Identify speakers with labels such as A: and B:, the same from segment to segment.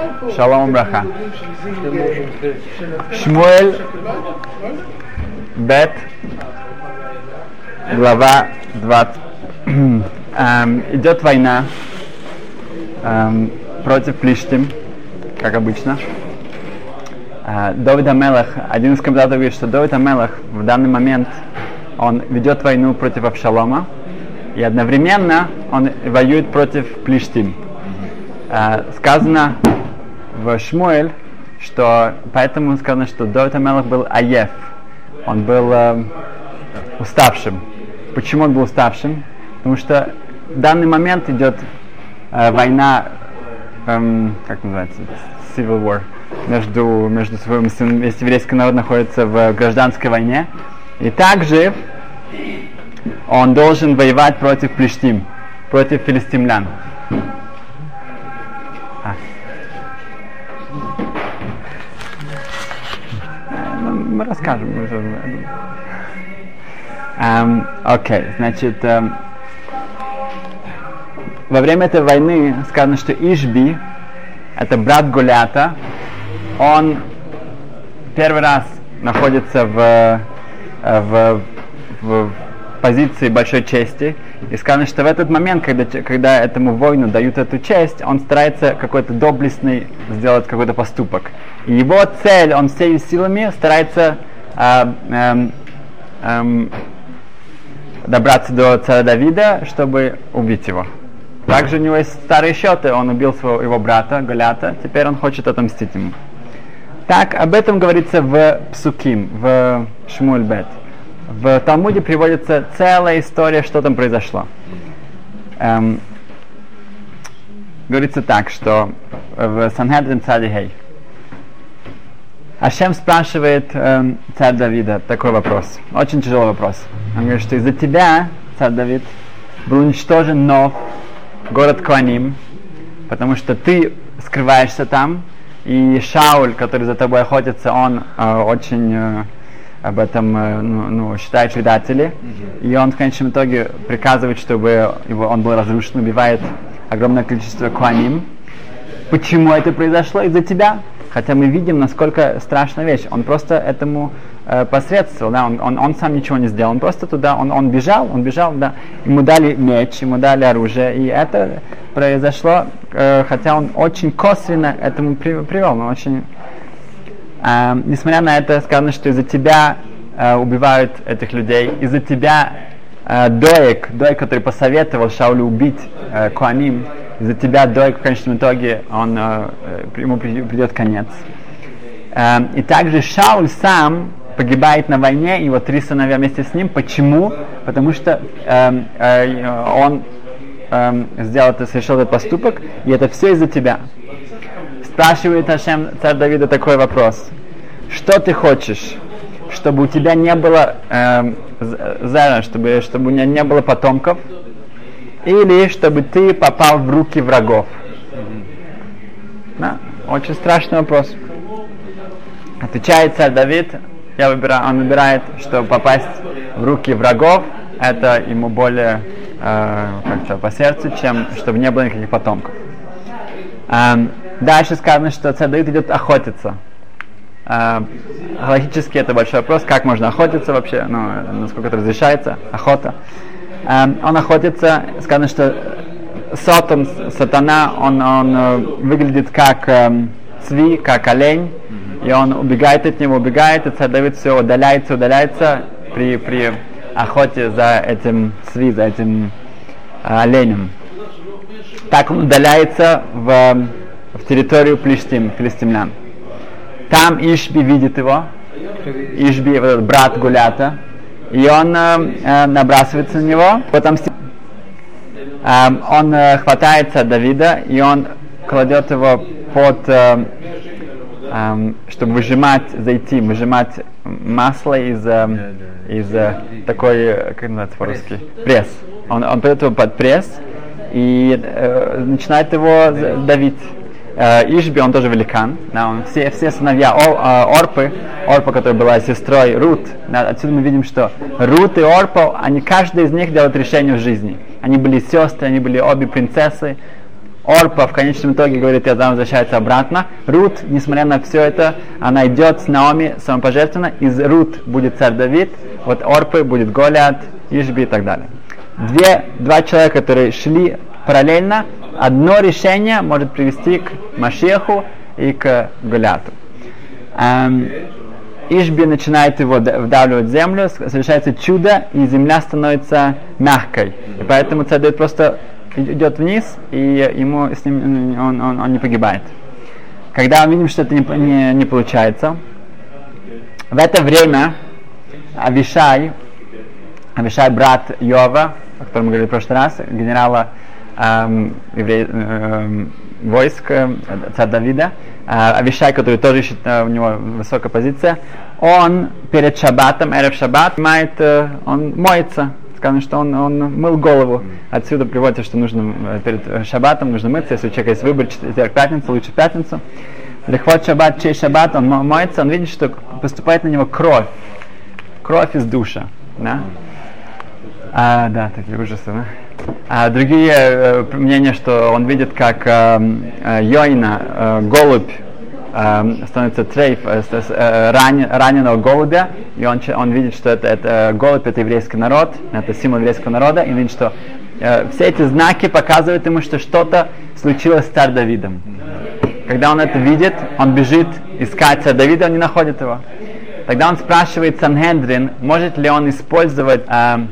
A: Шалом браха. Шмуэль Бет, глава 20. Идет война против Плиштим, как обычно. Давид ха-Мелех, один из комментаторов говорит, что Давид ха-Мелех в данный момент он ведет войну против Авшалома, и одновременно он воюет против Плиштим. Сказано в Шмуэль, что поэтому сказано, что Давид ха-Мелех был аеф, он был уставшим. Почему он был уставшим? Потому что в данный момент идет война, как называется, civil war, между своим сыном, весь еврейский народ находится в гражданской войне, и также он должен воевать против Плиштим, против филистимлян. Мы расскажем. Окей, значит, во время этой войны сказано, что Ишби, это брат Голиата, он первый раз находится в позиции большой чести, и сказано, что в этот момент, когда этому воину дают эту честь, он старается какой-то доблестный сделать какой-то поступок. И его цель, он всеми силами старается добраться до царя Давида, чтобы убить его. Также у него есть старые счеты, он убил его брата Голиата, теперь он хочет отомстить ему. Так, об этом говорится в Псуким, в Шмуэль Бет. В Талмуде приводится целая история, что там произошло. Говорится так, что в Санхедрин Цадихей Ашем спрашивает царь Давида такой вопрос, очень тяжелый вопрос. Он говорит, что из-за тебя, царь Давид, был уничтожен Нов, город Коаним, потому что ты скрываешься там, и Шауль, который за тобой охотится, он очень об этом считает предателей, и он в конечном итоге приказывает, чтобы он был разрушен, убивает огромное количество Коаним. Почему это произошло? Из-за тебя. Хотя мы видим, насколько страшная вещь. Он просто этому посредствовал, да? Он сам ничего не сделал, он просто туда, он бежал, да. Ему дали меч, ему дали оружие, и это произошло, хотя он очень косвенно этому привел, но очень... несмотря на это, сказано, что из-за тебя убивают этих людей, из-за тебя Доек, который посоветовал Шаулю убить Коаним, из-за тебя Доек в конечном итоге ему придет конец. И также Шауль сам погибает на войне, его 3 сыновья вместе с ним. Почему? Потому что он совершил этот поступок, и это все из-за тебя. Спрашивает Ашем царь Давида такой вопрос: что ты хочешь? Чтобы у тебя не было чтобы у меня не было потомков, или чтобы ты попал в руки врагов? Да, очень страшный вопрос. Отвечает царь Давид, он выбирает, чтобы попасть в руки врагов, это ему более по сердцу, чем чтобы не было никаких потомков. Дальше сказано, что царь Давид идет охотиться. Логически это большой вопрос, как можно охотиться вообще, насколько это разрешается, охота. Он охотится, сказано, что сатана, он выглядит как цви, как олень, и он убегает от него, и царь Давид все удаляется при охоте за этим цви, за этим оленем. Так он удаляется в территорию филистимлян. Там Ишби видит его, Ишби, этот брат Голиата, и он набрасывается на него, потом он хватается Давида, и он кладет его чтобы выжимать масло из такой, как называется по-русски, пресс. Он кладет его под пресс и начинает его давить. Ишби, он тоже великан, да, все сыновья Орпа, которая была сестрой Рут, да, отсюда мы видим, что Рут и Орпа, каждый из них делает решение в жизни. Они были сестры, они были обе принцессы, Орпа в конечном итоге говорит, я возвращается обратно. Рут, несмотря на все это, она идет с Наоми самопожертвенно. Из Рут будет царь Давид, вот Орпы будет Голиат, Ишби и так далее. Два человека, которые шли параллельно, одно решение может привести к Машеху и к Голиату. Ишби начинает его вдавливать в землю, совершается чудо, и земля становится мягкой. И поэтому царь Давид просто идет вниз, и ему с ним он не погибает. Когда мы видим, что это не получается, в это время Авишай, брат Йова, о котором мы говорили в прошлый раз, генерала войск царя Давида, Авишай, который тоже ищет, у него высокая позиция, он перед шаббатом, эрев шаббат, он моется. Сказано, что он мыл голову. Отсюда приводится, что нужно перед шаббатом нужно мыться. Если у человека есть выбор, четверг, пятница, лучше в пятницу. Лихвот шаббат, чей шаббат, он моется, он видит, что поступает на него кровь. Кровь из душа. Да, такие ужасы. Да? Другие мнения, что он видит, как Йойна, голубь, становится трейф, раненого голубя, и он видит, что это голубь, это еврейский народ, это символ еврейского народа, и видит, что все эти знаки показывают ему, что что-то случилось с царем Давидом. Когда он это видит, он бежит искать царя Давида, он не находит его. Тогда он спрашивает Сангедрин, может ли он использовать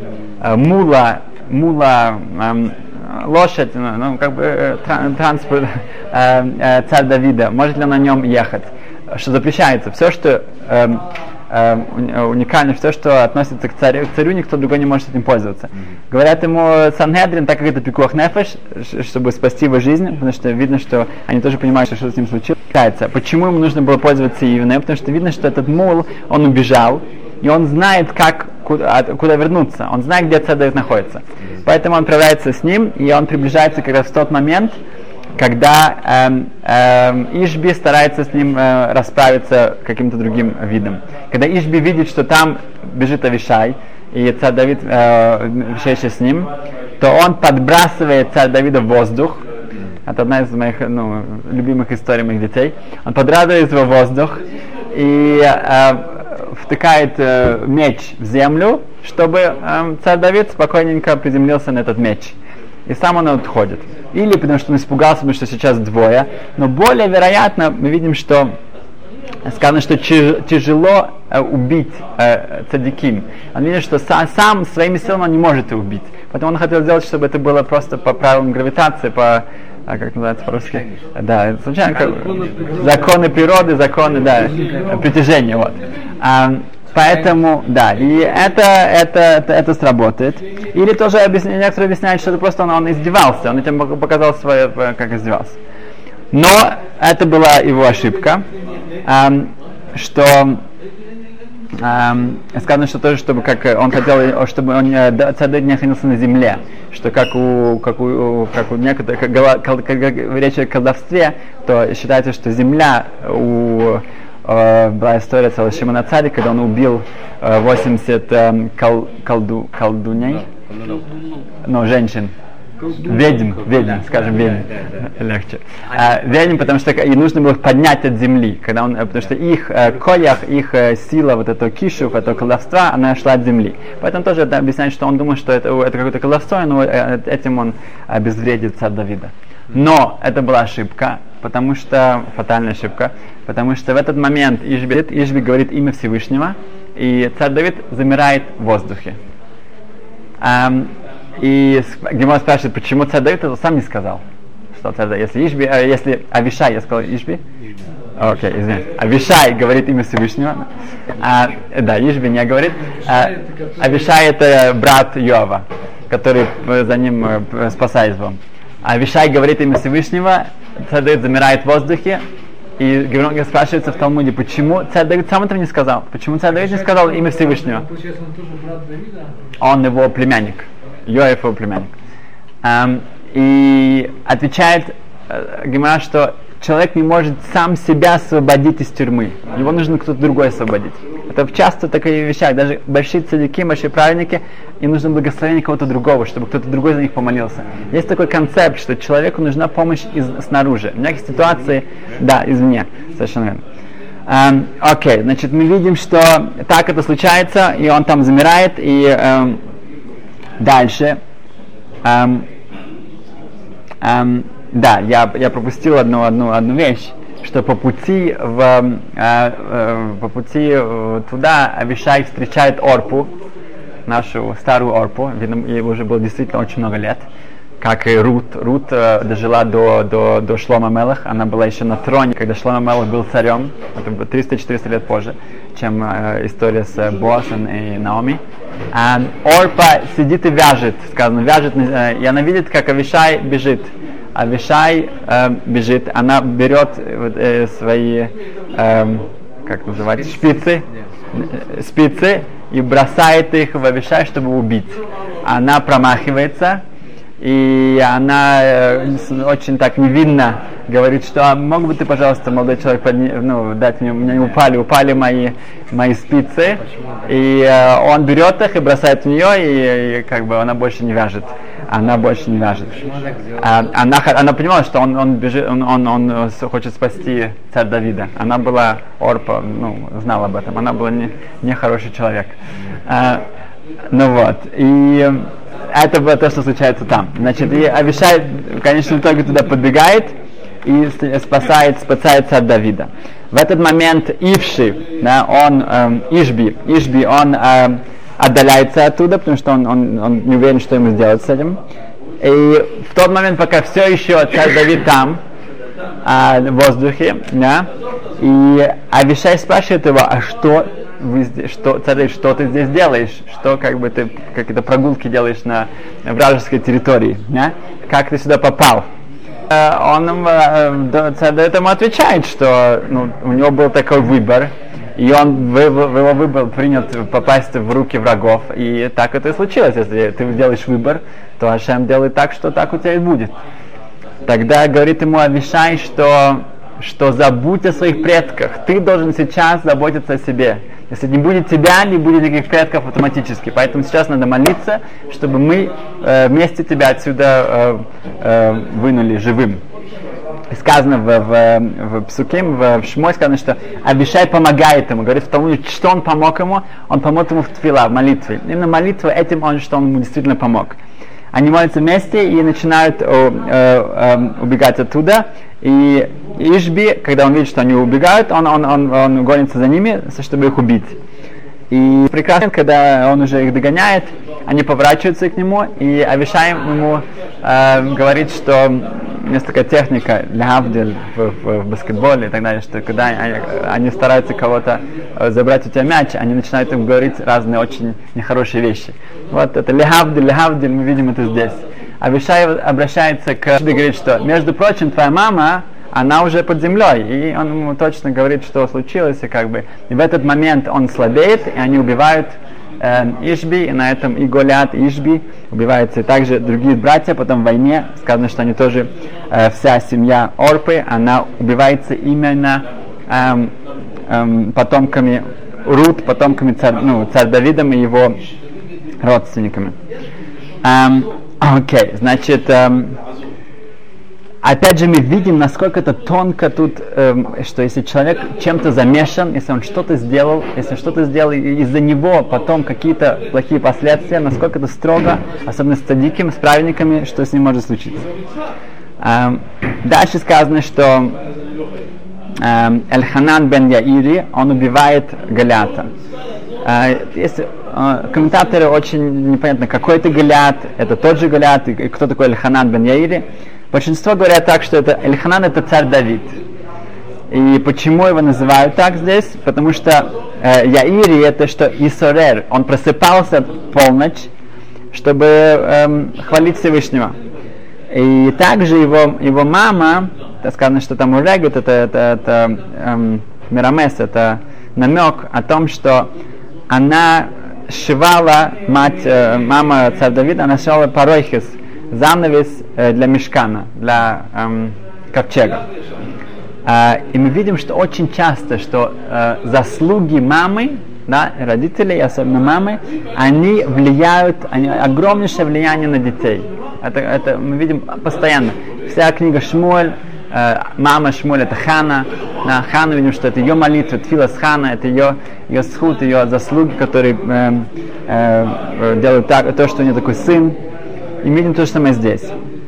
A: лошадь, транспорт царя Давида, может ли он на нем ехать, что запрещается. Все, что уникально, все, что относится к царю, никто другой не может этим пользоваться. Говорят ему Сангедрин, так как это пикуах нефеш, чтобы спасти его жизнь, потому что видно, что они тоже понимают, что с ним случилось. Почему ему нужно было пользоваться Ивной? Потому что видно, что этот мул, он убежал, и он знает, куда вернуться. Он знает, где царь Давид находится. Поэтому он отправляется с ним, и он приближается как раз в тот момент, когда Ишби старается с ним расправиться каким-то другим видом. Когда Ишби видит, что там бежит Авишай, и царь Давид вещающий с ним, то он подбрасывает царя Давида в воздух. Это одна из моих любимых историй моих детей. Он подбрасывает его в воздух и втыкает меч в землю, чтобы царь Давид спокойненько приземлился на этот меч. И сам он отходит. Или потому что он испугался, потому что сейчас двое. Но более вероятно, мы видим, что сказано, что тяжело убить цадиким. Он видит, что сам своими силами он не может его убить. Поэтому он хотел сделать, чтобы это было просто по правилам гравитации, как называется по-русски? Да, случайно, законы природы, законы, притяжения, вот. Поэтому, и это сработает. Или тоже некоторые объясняют, что это просто он издевался, он этим показал свое, как издевался. Но это была его ошибка, что сказано, что тоже, чтобы как он хотел, чтобы он царь Давид не находился на земле, что как у некоторых, когда речь о колдовстве, то считается, что земля была история целого Шимона Царика, когда он убил 80 колдуней, женщин. Ведьм, скажем, ведьм, легче. Ведьм, потому что и нужно было их поднять от земли, потому что их коях, их сила, вот это кишув, это колдовство, она шла от земли. Поэтому тоже это объясняет, что он думал, что это какое-то колдовство, но этим он обезвредит царя Давида. Но это была ошибка, фатальная ошибка, потому что в этот момент Ишби говорит имя Всевышнего, и царь Давид замирает в воздухе. И Гемара спрашивает, почему царь Давид это сам не сказал. Что царь Давид, если Авишай, я сказал Ишби? Окей, извиняюсь. Авишай говорит имя Всевышнего. Ишби не говорит. Авишай это брат Йова, который за ним спасает его. Авишай говорит имя Всевышнего, царь Давид замирает в воздухе. И Гемара спрашивается в Талмуде, почему царь Давид сам этого не сказал? Почему царь Давид не сказал имя Всевышнего?
B: Получается, он тоже брат Давида?
A: Он его племянник. Йоэф его племянник. И отвечает Гемара, что человек не может сам себя освободить из тюрьмы. Его нужно кто-то другой освободить. Это часто такие вещи, даже большие цадики, большие праведники, им нужно благословение кого-то другого, чтобы кто-то другой за них помолился. Есть такой концепт, что человеку нужна помощь снаружи. В неких ситуациях, да, извне, совершенно верно. Окей, значит, мы видим, что так это случается, и он там замирает, и дальше. Да, я пропустил одну вещь, что по пути туда Авишай встречает Орпу, нашу старую Орпу, видно, ей уже было действительно очень много лет, как и Рут. Рут дожила до Шломо Мелех, она была еще на троне, когда Шломо Мелех был царем, это было 300-400 лет позже, чем история с Боасом и Наоми. Орпа сидит и вяжет, сказано, вяжет, и она видит, как Авишай бежит. Авишай бежит, она берет свои, как называется, спицы и бросает их в Авишай, чтобы убить. Она промахивается, и она очень так невинно говорит, что мог бы ты, пожалуйста, молодой человек, дать мне, упали мои спицы, и он берет их и бросает в нее, и как бы она больше не вяжет. Она понимала, что он бежит, он хочет спасти царь Давида. Она была Орпа, знала об этом. Она была не хороший человек. И это было то, что случается там. Значит, и Авишай, в конечном итоге, туда подбегает и спасает царь Давида. В этот момент Ишби, он отдаляется оттуда, потому что он не уверен, что ему сделать с этим. И в тот момент, пока все еще царь Давид там, в воздухе, да, и Авишай спрашивает его, царь Давид, что ты здесь делаешь? Что ты какие-то прогулки делаешь на вражеской территории? Да? Как ты сюда попал? Царь Давид ему отвечает, что у него был такой выбор, и он в его выбор принял попасть в руки врагов. И так это и случилось. Если ты делаешь выбор, то Ашем делает так, что так у тебя и будет. Тогда говорит ему Авишай, что забудь о своих предках. Ты должен сейчас заботиться о себе. Если не будет тебя, не будет никаких предков автоматически. Поэтому сейчас надо молиться, чтобы мы вместе тебя отсюда вынули живым. Сказано в Псуким, в Шмой сказано, что Авишай помогает ему. Говорит в том, что он помог ему в тфила, в молитве. Именно молитва этим он ему действительно помог. Они молятся вместе и начинают убегать оттуда. И Ишби, когда он видит, что они убегают, он гонится за ними, чтобы их убить. И прекрасно, когда он уже их догоняет, они поворачиваются к нему, и Авишай ему говорит, что есть такая техника лявдель в баскетболе и так далее, что когда они стараются кого-то забрать у тебя мяч, они начинают им говорить разные очень нехорошие вещи. Вот это лявдель, мы видим это здесь. Авишай обращается к Ишби и говорит, что, между прочим, твоя мама, она уже под землей, и он ему точно говорит, что случилось, и в этот момент он слабеет, и они убивают Ишби, и на этом и Голиат, и Ишби убиваются, и также другие братья. Потом в войне сказано, что они тоже, вся семья Орпы, она убивается именно потомками Рут, потомками царь Давидом и его родственниками. Окей, значит, опять же мы видим, насколько это тонко тут, что если человек чем-то замешан, если он что-то сделал, и из-за него потом какие-то плохие последствия, насколько это строго, особенно с цадиким, с праведниками, что с ним может случиться. Дальше сказано, что Эльханан бен Яири, он убивает Голиата. Комментаторы очень непонятно, какой это Голиат, это тот же Голиат, и кто такой Эльханан бен Яири. Большинство говорят так, что Эльханан это царь Давид. И почему его называют так здесь? Потому что Яири это что Исорер, он просыпался в полночь, чтобы хвалить Всевышнего. И также его мама, так сказано, что там урегут, это мирамес, это намек о том, что она сшивала, мама царя Давида, она сшивала паройхис, занавес для мишкана, для ковчега. И мы видим, что очень часто, что заслуги мамы да, родители, особенно мамы, они влияют, огромнейшее влияние на детей. Это мы видим постоянно. Вся книга Шмуэль, мама Шмуэль это Хана. На Хану видим, что это ее молитва, тфилас Хана, это ее схуд, ее заслуги, которые делают то, что у нее такой сын. И мы видим то же самое здесь.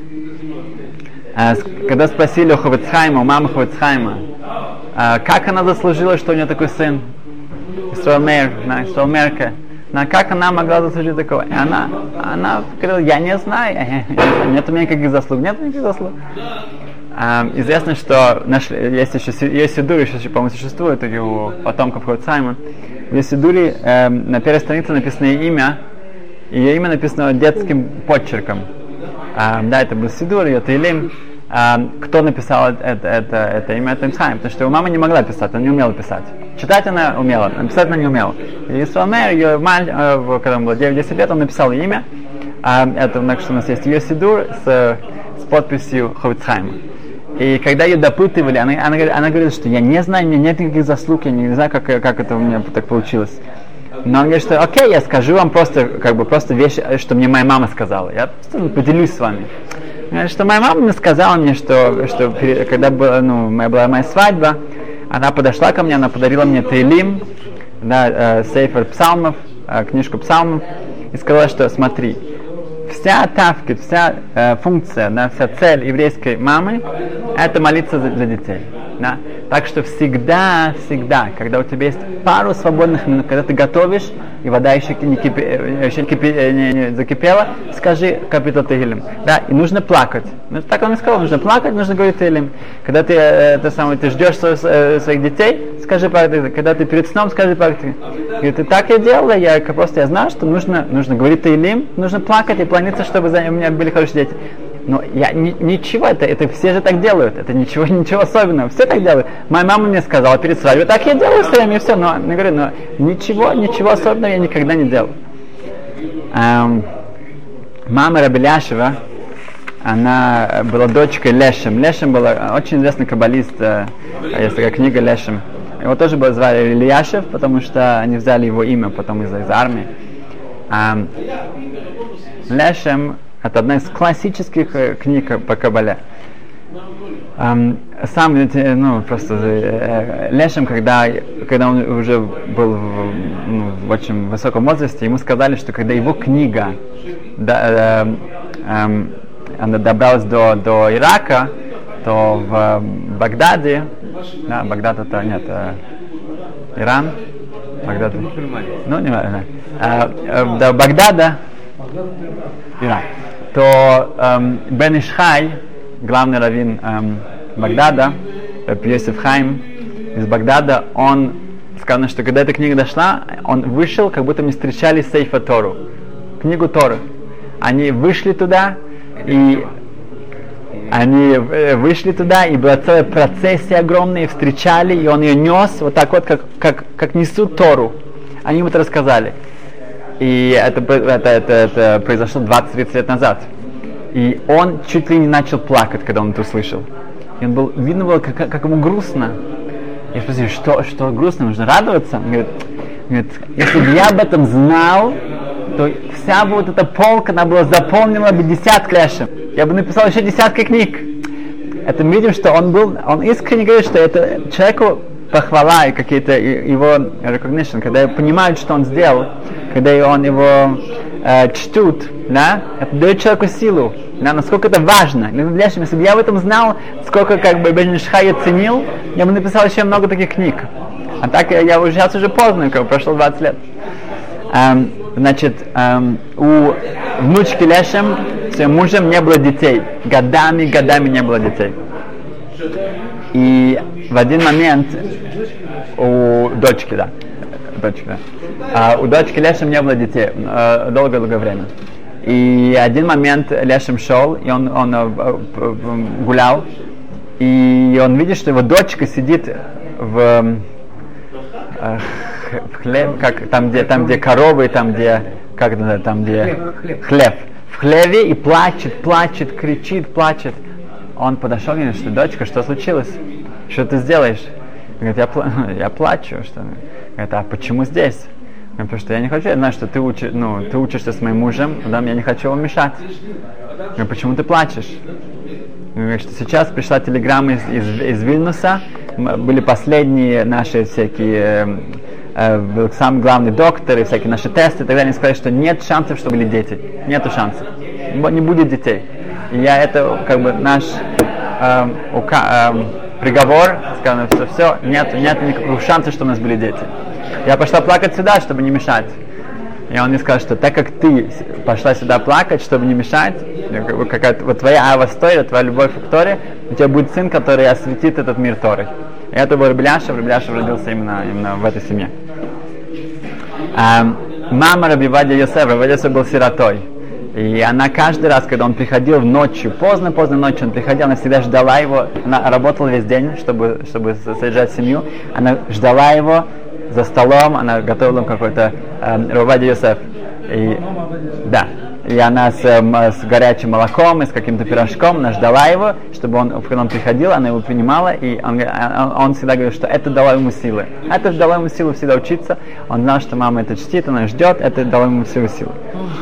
A: Когда спросили у Ховецхайма, у мамы Ховецхайма, как она заслужила, что у нее такой сын, Исраэль Мерка, как она могла заслужить такого? И она говорила, я не знаю, нет у меня никаких заслуг, Известно, что есть еще ее сидури, сейчас еще, по-моему, существует у потомков Ховецхайма. В ее сидуре на первой странице написано имя, ее имя написано детским почерком. Да, это был Сидур, ее Тейлим. Кто написал это имя? Это Исхайм, потому что его мама не могла писать, она не умела писать. Читать она умела, написать она не умела. И Исраэль Мейер, когда ему было 9-10 лет, он написал имя. Это, так что у нас есть ее Сидур с подписью Ховецхайма. И когда ее допытывали, она говорила, что я не знаю, у меня нет никаких заслуг, я не знаю, как это у меня так получилось. Но он говорит, что окей, я скажу вам просто вещи, что мне моя мама сказала. Я просто поделюсь с вами. Говорит, что моя мама мне сказала мне, что когда была моя свадьба, она подошла ко мне, она подарила мне Тейлим, да, сейфер псалмов, книжку псалмов, и сказала, что смотри, вся тавкит, вся функция, да, вся цель еврейской мамы — это молиться за детей. Да? Так что всегда, когда у тебя есть пару свободных минут, когда ты готовишь, и вода еще не закипела, скажи капитал Тегилим. Да, и нужно плакать. Так он и сказал, нужно плакать, нужно говорить Тегилим. Когда ты ждешь своих детей, скажи пару. Когда ты перед сном, скажи пару. И ты так и делала, я знал, что нужно говорить Тегилим, нужно плакать и планиться, чтобы у меня были хорошие дети. Но ничего, это все же так делают, это ничего особенного, все так делают. Моя мама мне сказала перед свадьбой, так я делаю все время, и все, но я говорю, ничего особенного я никогда не делал. Мама Раби Ляшева, она была дочкой Лешем. Лешем был очень известный каббалист, есть такая книга Лешем. Его тоже звали Ильяшев, потому что они взяли его имя потом из армии. Лешем — это одна из классических книг по Кабале. Лешем, когда он уже был в очень высоком возрасте, ему сказали, что когда его книга она добралась до Ирака, то в Багдаде, Багдад это нет, Иран, Багдад, не важно, до Багдада, Иран, то Бен Ишхай, главный раввин Багдада, Йосеф Хайм из Багдада, он сказано, что когда эта книга дошла, он вышел, как будто мы встречали Сейфа Тору, книгу Торы. Они вышли туда, и была целая процессия огромная, и встречали, и он ее нес, вот так вот, как несут Тору. Они ему это рассказали. И это произошло 20-30 лет назад. И он чуть ли не начал плакать, когда он это услышал. И видно было, как ему грустно. Я спросил, что грустно, нужно радоваться? Он говорит, если бы я об этом знал, то вся бы вот эта полка, она была заполнена бы 10 лешем. Я бы написал еще 10 книг. Это мы видим, что он искренне говорит, что это человеку похвала и какие-то его recognition, когда понимают, что он сделал, когда его чтут, да, это дает человеку силу, да, насколько это важно. Если бы я об этом знал, сколько Бен Ишхай ценил, я бы написал еще много таких книг. А так сейчас уже поздно, прошло 20 лет. У внучки Лешем с ее мужем не было детей. Годами не было детей. И в один момент у дочки Лешем не было детей долгое время. И один момент Лешем шел, и он гулял, и он видит, что его дочка сидит в хлеб, там где коровы, хлеб. В хлеве и плачет, кричит. Он подошел и говорит, что дочка, что случилось? Что ты сделаешь? Говорит, я плачу. Что? Это, а почему здесь? Потому что я не хочу, я знаю, что ты учишься с моим мужем, да, я не хочу его мешать. Почему ты плачешь? Что сейчас пришла телеграмма из Вильнюса, были последние наши всякие, был самый главный доктор и всякие наши тесты и так далее, они сказали, что нет шансов, что были дети, нету шансов, не будет детей. И это как бы наш приговор, сказано, что все, нет никаких шансов, что у нас были дети. Я пошла плакать сюда, чтобы не мешать. И он мне сказал, что так как ты пошла сюда плакать, чтобы не мешать, какая-то вот твоя ава Торы, твоя любовь к Торе, у тебя будет сын, который осветит этот мир Торы. И это был Рабиляшев родился именно в этой семье. Мама Раби Вадия Йосеф, Раби Вадия Йосеф был сиротой. И она каждый раз, когда он приходил ночью, поздно ночью он приходил, она всегда ждала его, она работала весь день, чтобы содержать семью, она ждала его за столом, она готовила ему какой-то Раби Вадия Йосеф. И она с горячим молоком и с каким-то пирожком, она ждала его, чтобы когда он приходил, она его принимала, и он всегда говорил, что это дало ему силы. Это дало ему силу всегда учиться. Он знал, что мама это чтит, она ждет, это дало ему всю силу.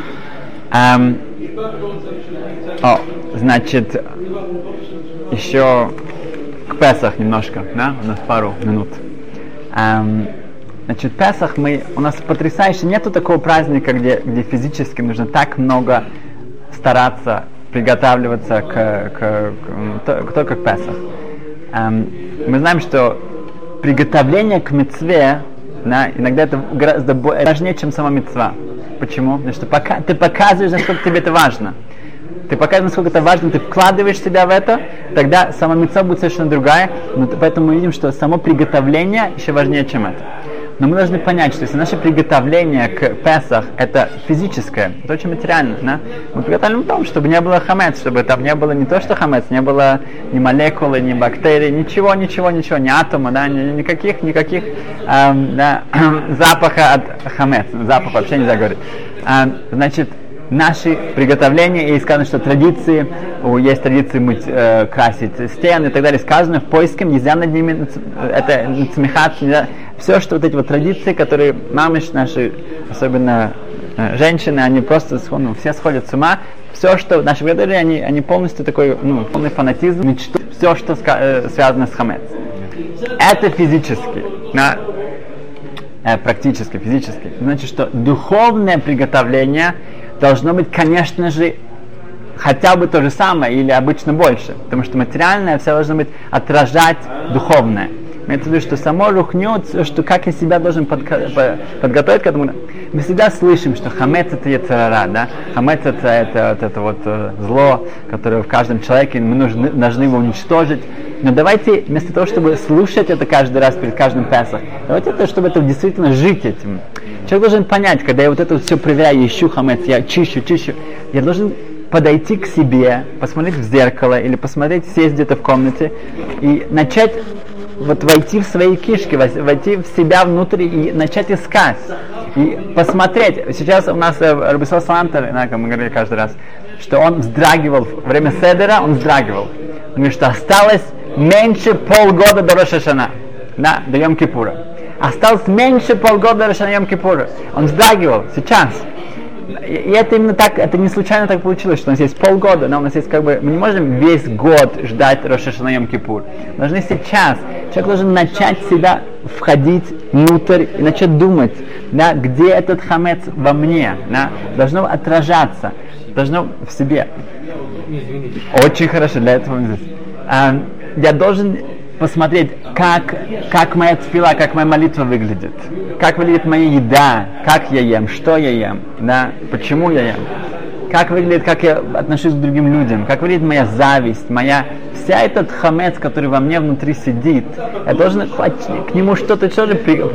A: Значит, еще к Песах немножко, да? У нас пару минут. Значит, Песах у нас потрясающе, нету такого праздника, где физически нужно так много стараться, приготавливаться только к Песах. Мы знаем, что приготовление к мицве, да, иногда это гораздо важнее, чем сама мицва. Почему? Потому что ты показываешь, насколько тебе это важно. Ты показываешь, насколько это важно, ты вкладываешь себя в это, тогда сама мицва будет совершенно другая. Поэтому мы видим, что само приготовление еще важнее, чем это. Но мы должны понять, что если наше приготовление к Песах это физическое, это очень материально, да? Мы приготовим в том, чтобы не было хамец, чтобы там не было не то, что хамец, не было ни молекулы, ни бактерий, ничего, ни атома, да? никаких запаха от хамец, запах вообще нельзя говорить. Значит, наши приготовления, и сказано, что традиции, есть традиции мыть, красить стены и так далее, сказано в поиске, нельзя над ними, это смехаться, нельзя. Все, что вот эти вот традиции, которые мамы наши, особенно женщины, они просто все сходят с ума. Все, что наши приготовления, они полностью такой, полный фанатизм, мечту, все, что связано с хамец. Это физически, практически, физически. Значит, что духовное приготовление должно быть, конечно же, хотя бы то же самое или обычно больше, потому что материальное все должно быть отражать духовное. Имеется в виду, что само рухнет, что как я себя должен подготовить к этому. Мы всегда слышим, что хамец это йецер-ара, да? Хамец это зло, которое в каждом человеке, мы должны его уничтожить. Но давайте, вместо того, чтобы слушать это каждый раз перед каждым Песах, давайте чтобы это действительно жить этим. Человек должен понять, когда я вот это все проверяю, ищу хамец, я чищу, я должен подойти к себе, посмотреть в зеркало или сесть где-то в комнате и начать войти в свои кишки, войти в себя внутрь и начать искать. И посмотреть. Сейчас у нас Рабисол Салантер, как мы говорили каждый раз, что он вздрагивал, во время Седера он вздрагивал. Он говорит, что осталось меньше полгода до Рош ха-Шана, да, до Йом-Кипура. Осталось меньше полгода до Рош ха-Шана Йом-Кипура. Он вздрагивал сейчас. И это именно так, это не случайно так получилось, что у нас есть полгода, но у нас есть мы не можем весь год ждать Рош ха-Шана Йом-Кипур. Мы должны сейчас, человек должен начать себя входить внутрь и начать думать, да, где этот хамец во мне, да, должно отражаться, должно в себе. Очень хорошо, для этого здесь. Я должен посмотреть, как моя тфила, как моя молитва выглядит, как выглядит моя еда, как я ем, что я ем, да, почему я ем, как выглядит, как я отношусь к другим людям, как выглядит моя зависть, вся этот хамец, который во мне внутри сидит, я должен к нему что-то тоже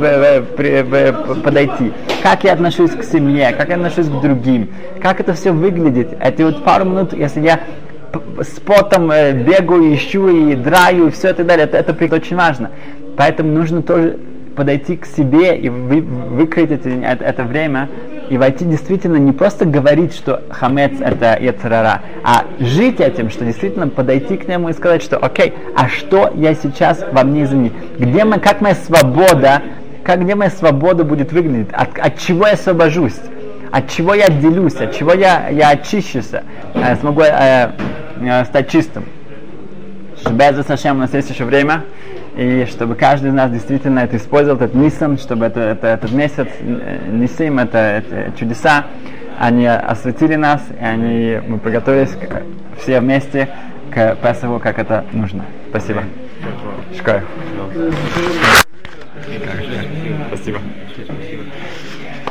A: подойти, как я отношусь к семье, как я отношусь к другим, как это все выглядит. Это вот пару минут, если я с потом бегаю, ищу и драю, и все это далее, это очень важно. Поэтому нужно тоже подойти к себе и выкрыть это время и войти действительно не просто говорить, что хамец это йецер-ара, а жить этим, что действительно подойти к нему и сказать, что окей, а что я сейчас во мне извини? Как моя свобода где моя свобода будет выглядеть, от чего я освобожусь, от чего я отделюсь, от чего я очищусь, смогу стать чистым. Без Ашем у нас есть еще время, и чтобы каждый из нас действительно это использовал, этот Нисан, чтобы этот месяц, Нисим, это чудеса, они осветили нас, и мы приготовились все вместе к Песаху, как это нужно. Спасибо. Шкоя. Спасибо.